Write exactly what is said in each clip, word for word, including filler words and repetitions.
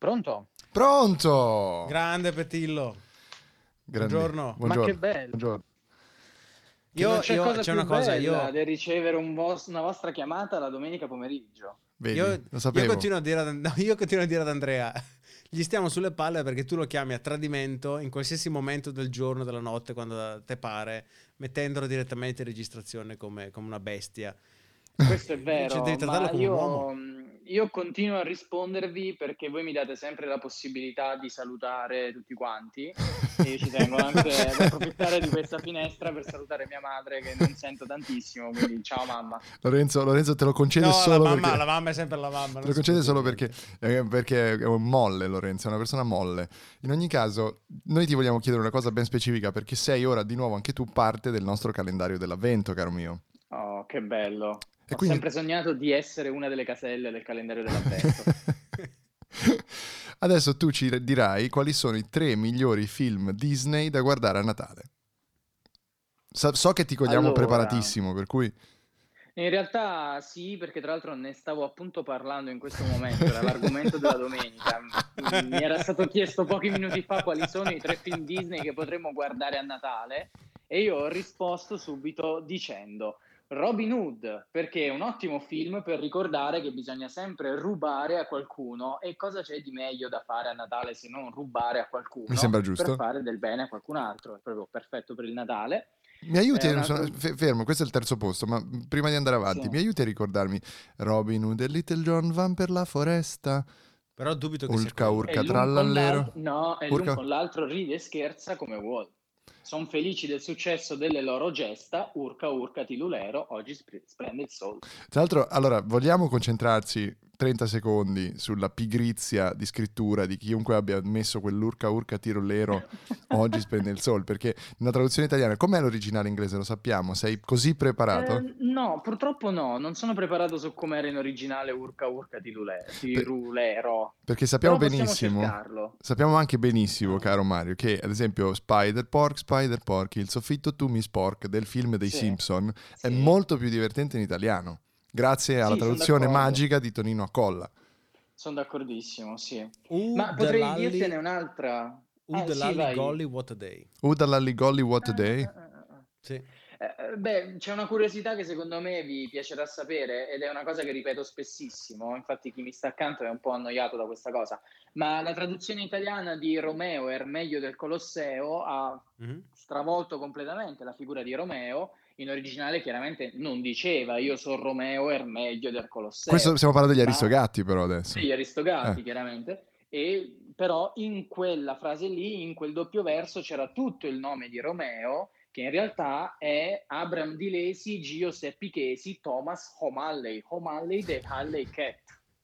Pronto? Pronto! Grande Petillo. Grande. Buongiorno. Buongiorno. Ma che bello. Buongiorno. Io, non c'è io- cosa c'è più una cosa, bella io, del ricevere un vos- una vostra chiamata la domenica pomeriggio. Vedi, io, lo io sapevo. continuo a dire ad, no, io continuo a dire ad Andrea, gli stiamo sulle palle perché tu lo chiami a tradimento in qualsiasi momento del giorno, della notte, quando te pare, mettendolo direttamente in registrazione come, come una bestia. Questo è Cioè, vero, devi trattarlo ma come un uomo. io, io continuo a rispondervi perché voi mi date sempre la possibilità di salutare tutti quanti e io ci tengo anche ad approfittare di questa finestra per salutare mia madre che non sento tantissimo, quindi ciao mamma. Lorenzo, Lorenzo te lo concede No, solo la mamma, perché... la mamma è sempre la mamma. Te non lo si concede può solo dire perché, niente. eh, perché è un molle, Lorenzo, è una persona molle. In ogni caso, noi ti vogliamo chiedere una cosa ben specifica perché sei ora di nuovo anche tu parte del nostro calendario dell'avvento, caro mio. Oh, che bello. E Ho quindi... sempre sognato di essere una delle caselle del calendario dell'avvento. Adesso tu ci dirai quali sono i tre migliori film Disney da guardare a Natale. Sa- so che ti cogliamo Allora, preparatissimo, per cui... in realtà sì, perché tra l'altro ne stavo appunto parlando in questo momento, era l'argomento della domenica. Mm, Mi era stato chiesto pochi minuti fa quali sono i tre film Disney che potremmo guardare a Natale e io ho risposto subito dicendo Robin Hood, perché è un ottimo film per ricordare che bisogna sempre rubare a qualcuno e cosa c'è di meglio da fare a Natale se non rubare a Mi qualcuno sembra per giusto. fare del bene a qualcun altro, è proprio perfetto per il Natale. Mi aiuti, È a- un sono- altro... fe- fermo, questo è il terzo posto, ma prima di andare avanti, Sì. mi aiuti a ricordarmi Robin Hood e Little John van per la foresta, Però dubito che sia urca quello. urca E l'un con trallallero, l'altro, no, e l'un urca... con l'altro ride e scherza come vuole. Sono felici del successo delle loro gesta, urca urca tilulero, oggi sp- splende il sole. Tra l'altro, allora, vogliamo concentrarci trenta secondi sulla pigrizia di scrittura di chiunque abbia messo quell'urca urca tirolero oggi spende il sol, perché nella traduzione italiana, com'è l'originale inglese? Lo sappiamo, sei così preparato? Eh, no, purtroppo no, non sono preparato su com'era in originale urca urca tilule- Per- tirulero, perché sappiamo però possiamo benissimo, cercarlo. sappiamo anche benissimo, caro Mario, che ad esempio Spider Pork, Spider Pork, il soffitto tu mi spork del film dei Sì, Simpson è sì, molto più divertente in italiano, grazie alla sì, sono traduzione d'accordo. magica di Tonino Accolla. Sono d'accordissimo, sì. U Ma potrei dell'Alli, dirtene un'altra. U Ah, sì, dell'Alli vai. Golly, what a day. Uh, dall'Alli Golly, what a Ah, day. ah, ah, ah. Sì. Eh, beh, c'è una curiosità che secondo me vi piacerà sapere ed è una cosa che ripeto spessissimo, infatti chi mi sta accanto è un po' annoiato da questa cosa, ma la traduzione italiana di Romeo è meglio del Colosseo ha Mhm. stravolto completamente la figura di Romeo, in originale chiaramente non diceva io sono Romeo er meglio del Colosseo, Questo stiamo parlando degli ma Aristogatti però adesso. sì, gli Aristogatti Eh. chiaramente, e però in quella frase lì, in quel doppio verso c'era tutto il nome di Romeo che in realtà è Abram di Lesi, Gio Seppi Chesi, Thomas O'Malley, O'Malley de Halley Cat.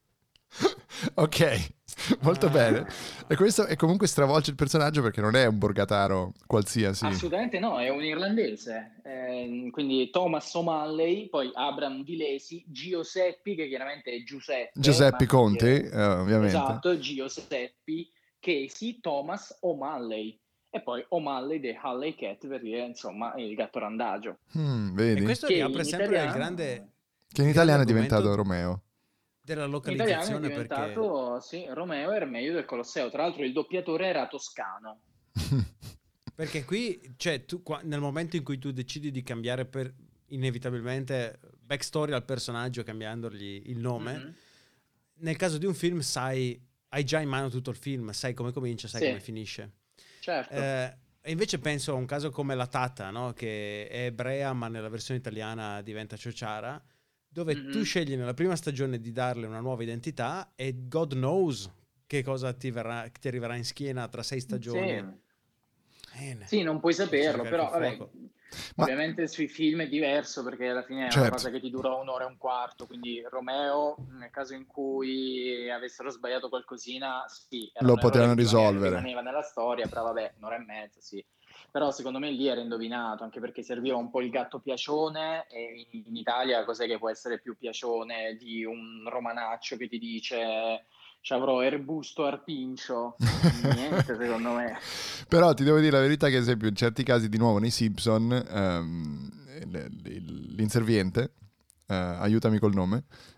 Ok, molto Ah. bene. E questo è comunque stravolge il personaggio perché non è un borgataro qualsiasi. Assolutamente no, è un irlandese, eh, quindi Thomas O'Malley, poi Abram di Lesi, Gio Seppi, che chiaramente è Giuseppe. Giuseppe ma Conti, che- eh, ovviamente. Esatto, Gio Seppi, Casey, Thomas O'Malley. E poi O'Malley de Halley Cat per dire, insomma, il gatto randagio. Mm, E vedi? questo Che riapre in sempre il italiano... grande, Che in il grande italiano è argomento diventato Romeo. della In italiano è localizzazione perché diventato, sì, Romeo era meglio del Colosseo. Tra l'altro il doppiatore era toscano. Perché qui, cioè, tu qua- nel momento in cui tu decidi di cambiare per inevitabilmente backstory al personaggio cambiandogli il nome, Mhm. nel caso di un film sai, hai già in mano tutto il film, sai come comincia, sai Sì. come finisce. Certo. Eh, e invece penso a un caso come La Tata, no? Che è ebrea ma nella versione italiana diventa ciociara, dove Mhm. tu scegli nella prima stagione di darle una nuova identità e God knows che cosa ti, verrà, ti arriverà in schiena tra sei stagioni. Sì. Bene. Sì, non puoi Ci saperlo, carichi però il vabbè, fuoco. Ma- ovviamente sui film è diverso perché alla fine è Certo. una cosa che ti dura un'ora e un quarto, quindi Romeo, nel caso in cui avessero sbagliato qualcosina, sì, era Lo un errore potevano che rimaneva- risolvere. rimaneva nella storia, però vabbè, un'ora e mezza, sì. Però secondo me lì era indovinato, anche perché serviva un po' il gatto piacione e in, in Italia cos'è che può essere più piacione di un romanaccio che ti dice ci avrò Erbusto Arpincio? Niente, secondo me. Però ti devo dire la verità che, ad esempio, in certi casi, di nuovo nei Simpson, ehm, l- l- l'inserviente, eh, aiutami col nome,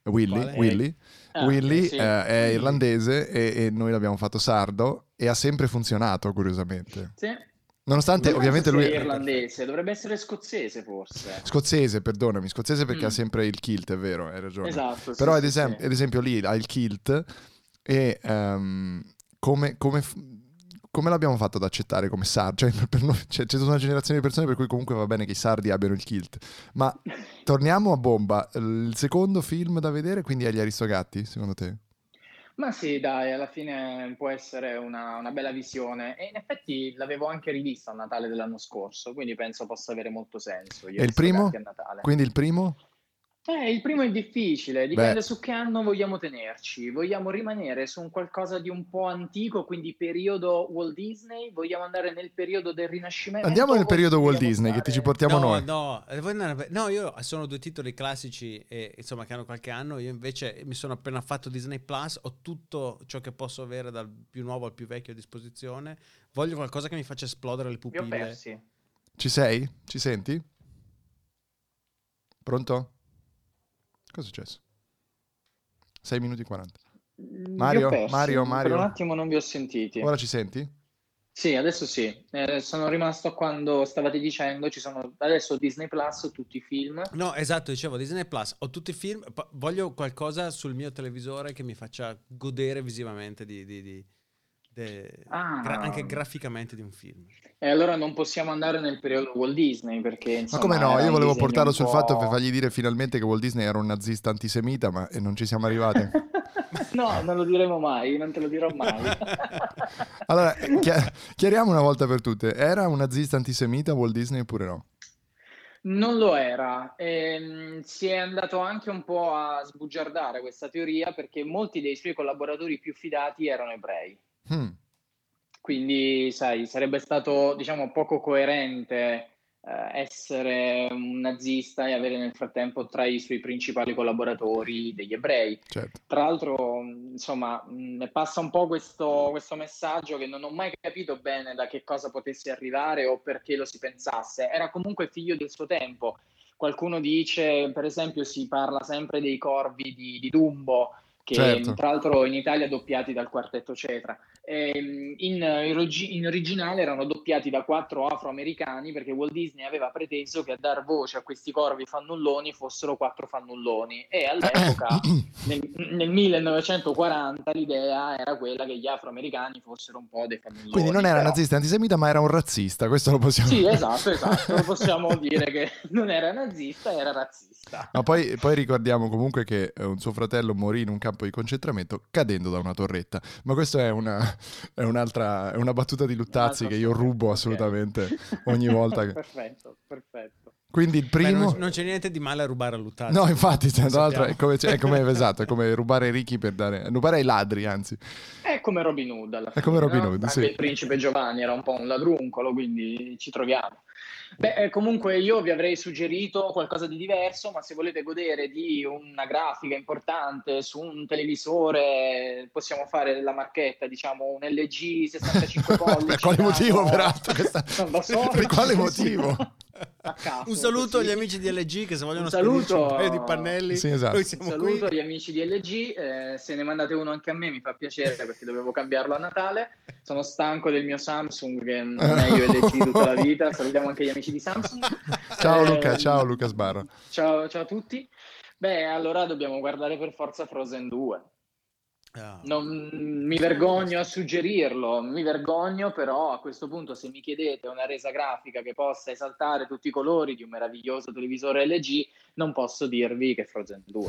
Willy, Quale? Willy. Ah, Willy sì. eh, è irlandese e, e noi l'abbiamo fatto sardo e ha sempre funzionato, curiosamente. Sì. Nonostante Non ovviamente penso lui sia è irlandese, dovrebbe essere scozzese forse. scozzese, perdonami, scozzese perché Mm. ha sempre il kilt, è vero, hai ragione. Esatto, sì, Però ad, sì, esem- sì. ad esempio lì ha il kilt e ehm, come, come f- come l'abbiamo fatto ad accettare come sardo? Cioè, per noi- cioè, c'è tutta una generazione di persone per cui comunque va bene che i sardi abbiano il kilt. Ma torniamo a bomba. Il secondo film da vedere quindi è Gli Aristogatti, secondo te? Ma sì, dai, alla fine può essere una, una bella visione. E in effetti l'avevo anche rivista a Natale dell'anno scorso, quindi penso possa avere molto senso gli E il Aristogatti a primo? Natale. Quindi il primo? Eh, il primo è difficile, Beh, dipende su che anno vogliamo tenerci. Vogliamo rimanere su un qualcosa di un po' antico, quindi periodo Walt Disney? Vogliamo andare nel periodo del andiamo Rinascimento nel o periodo Walt vogliamo Disney che ti ci stare... portiamo No, noi. no, eh, voi andate- no, io sono due titoli classici e insomma che hanno qualche anno. Io invece mi sono appena fatto Disney Plus, ho tutto ciò che posso avere dal più nuovo al più vecchio a disposizione. Voglio qualcosa che mi faccia esplodere le Vi ho pupille. persi. Ci sei? Ci senti? Pronto? Cosa è successo? sei minuti e quaranta. Mm, Vi ho Mario? persi, Mario? per un Mario? attimo non vi ho sentiti. Ora ci senti? Sì, adesso sì. Eh, sono rimasto a quando stavate dicendo, ci sono adesso Disney Plus, tutti i film. No, esatto, dicevo Disney Plus, ho tutti i film, pa- voglio qualcosa sul mio televisore che mi faccia godere visivamente di, di- di- de- gra- Ah, anche graficamente di un film. e allora non possiamo andare nel periodo Walt Disney perché Ma come insomma no? era Io un volevo disegno portarlo un sul fatto per po'... fargli dire finalmente che Walt Disney era un nazista antisemita, ma e non ci siamo arrivati. No, non lo diremo mai, non te lo dirò mai. Allora, chia- chiariamo una volta per tutte, era un nazista antisemita Walt Disney oppure no? Non lo era, ehm, si è andato anche un po' a sbugiardare questa teoria perché molti dei suoi collaboratori più fidati erano ebrei. Hmm, Quindi, sai, sarebbe stato, diciamo, poco coerente eh, essere un nazista e avere nel frattempo tra i suoi principali collaboratori degli ebrei. certo. Tra l'altro, mh, insomma, mh, passa un po' questo, questo messaggio che non ho mai capito bene da che cosa potesse arrivare o perché lo si pensasse. Era comunque figlio del suo tempo. Qualcuno dice, per esempio, si parla sempre dei corvi di, di Dumbo, che Certo. tra l'altro in Italia doppiati dal quartetto Cetra. In, in, in originale erano doppiati da quattro afroamericani perché Walt Disney aveva preteso che a dar voce a questi corvi fannulloni fossero quattro fannulloni e all'epoca nel, nel millenovecentoquaranta l'idea era quella che gli afroamericani fossero un po' dei fannulloni. Quindi non era però... nazista antisemita, ma era un razzista, questo lo possiamo Sì, dire. esatto, esatto, possiamo dire che non era nazista, era razzista. Ma poi, poi ricordiamo comunque che eh, un suo fratello morì in un campo di concentramento cadendo da una torretta. Ma questa è una, è un'altra, è una battuta di Luttazzi Un'altra che io storia, rubo ok. assolutamente ogni volta. Che... Perfetto, perfetto. Quindi il Beh, primo... non, non c'è niente di male a rubare a Luttazzi. No, infatti, tra Lo l'altro è sappiamo. come, è come esatto, è come rubare ai ricchi per dare... rubare ai ladri, anzi. È come Robin Hood alla È fine, come Robin no? Hood, Anche sì. il principe Giovanni era un po' un ladruncolo, quindi ci troviamo. Beh, eh, comunque io vi avrei suggerito qualcosa di diverso, ma se volete godere di una grafica importante su un televisore, possiamo fare la marchetta, diciamo un L G sessantacinque pollici. Per quale da motivo, no- peraltro? Questa... Non lo so. Per quale Sì, motivo? a caso, Un saluto così. agli amici di L G che se vogliono Un spedirci saluto- un paio di pannelli, Sì, esatto. noi Un siamo saluto qui. agli amici di L G, eh, se ne mandate uno anche a me mi fa piacere perché dovevo cambiarlo a Natale. Sono stanco del mio Samsung che non è io L G tutta la vita. Salutiamo anche gli amici di Samsung. Ciao Eh, Luca, ciao Luca Sbarra. Ciao, ciao a tutti. Beh, allora dobbiamo guardare per forza Frozen due. Ah. Non mi vergogno a suggerirlo, mi vergogno, però a questo punto se mi chiedete una resa grafica che possa esaltare tutti i colori di un meraviglioso televisore L G, non posso dirvi che Frozen due.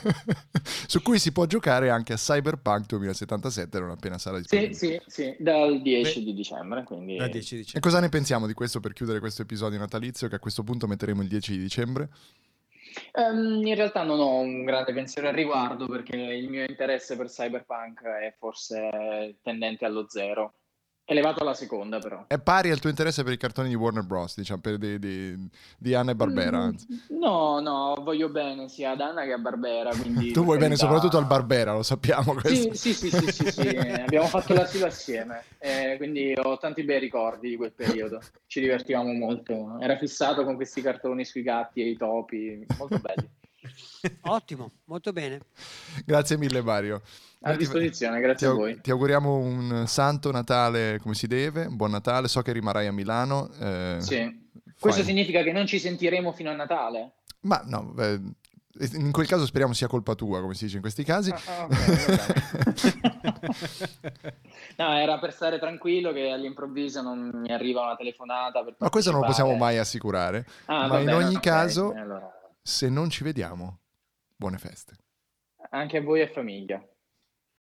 Su cui si può giocare anche a Cyberpunk duemilasettantasette non appena sarà Sì, disponibile. sì, sì, dal dieci Beh, di dicembre, quindi... Da dieci E dicembre. cosa ne pensiamo di questo per chiudere questo episodio natalizio che a questo punto metteremo il dieci di dicembre? Ehm, in realtà non ho un grande pensiero al riguardo perché il mio interesse per Cyberpunk è forse tendente allo zero. Elevato alla seconda, però. È pari al tuo interesse per i cartoni di Warner Bros, diciamo, per di, di, di Hanna e Barbera, Mm, anzi. No, no, voglio bene sia ad Anna che a Barbera, quindi Tu per vuoi bene carità- soprattutto al Barbera, lo sappiamo questo. Sì, sì, sì, sì, sì, sì, eh, abbiamo fatto l'asilo assieme, eh, quindi ho tanti bei ricordi di quel periodo. Ci divertivamo molto. Era fissato con questi cartoni sui gatti e i topi, molto belli. Ottimo, molto bene. Grazie mille Mario. A disposizione, grazie ti, a voi. Ti auguriamo un santo Natale come si deve, un buon Natale, so che rimarrai a Milano. Eh, sì. Questo fai... significa che non ci sentiremo fino a Natale? Ma no, eh, in quel caso speriamo sia colpa tua, come si dice in questi casi. Ah, okay, no, era per stare tranquillo che all'improvviso non mi arriva una telefonata per ma questo non lo possiamo mai assicurare. Ah, ma in ogni okay, caso, allora... se non ci vediamo, buone feste. Anche a voi e famiglia.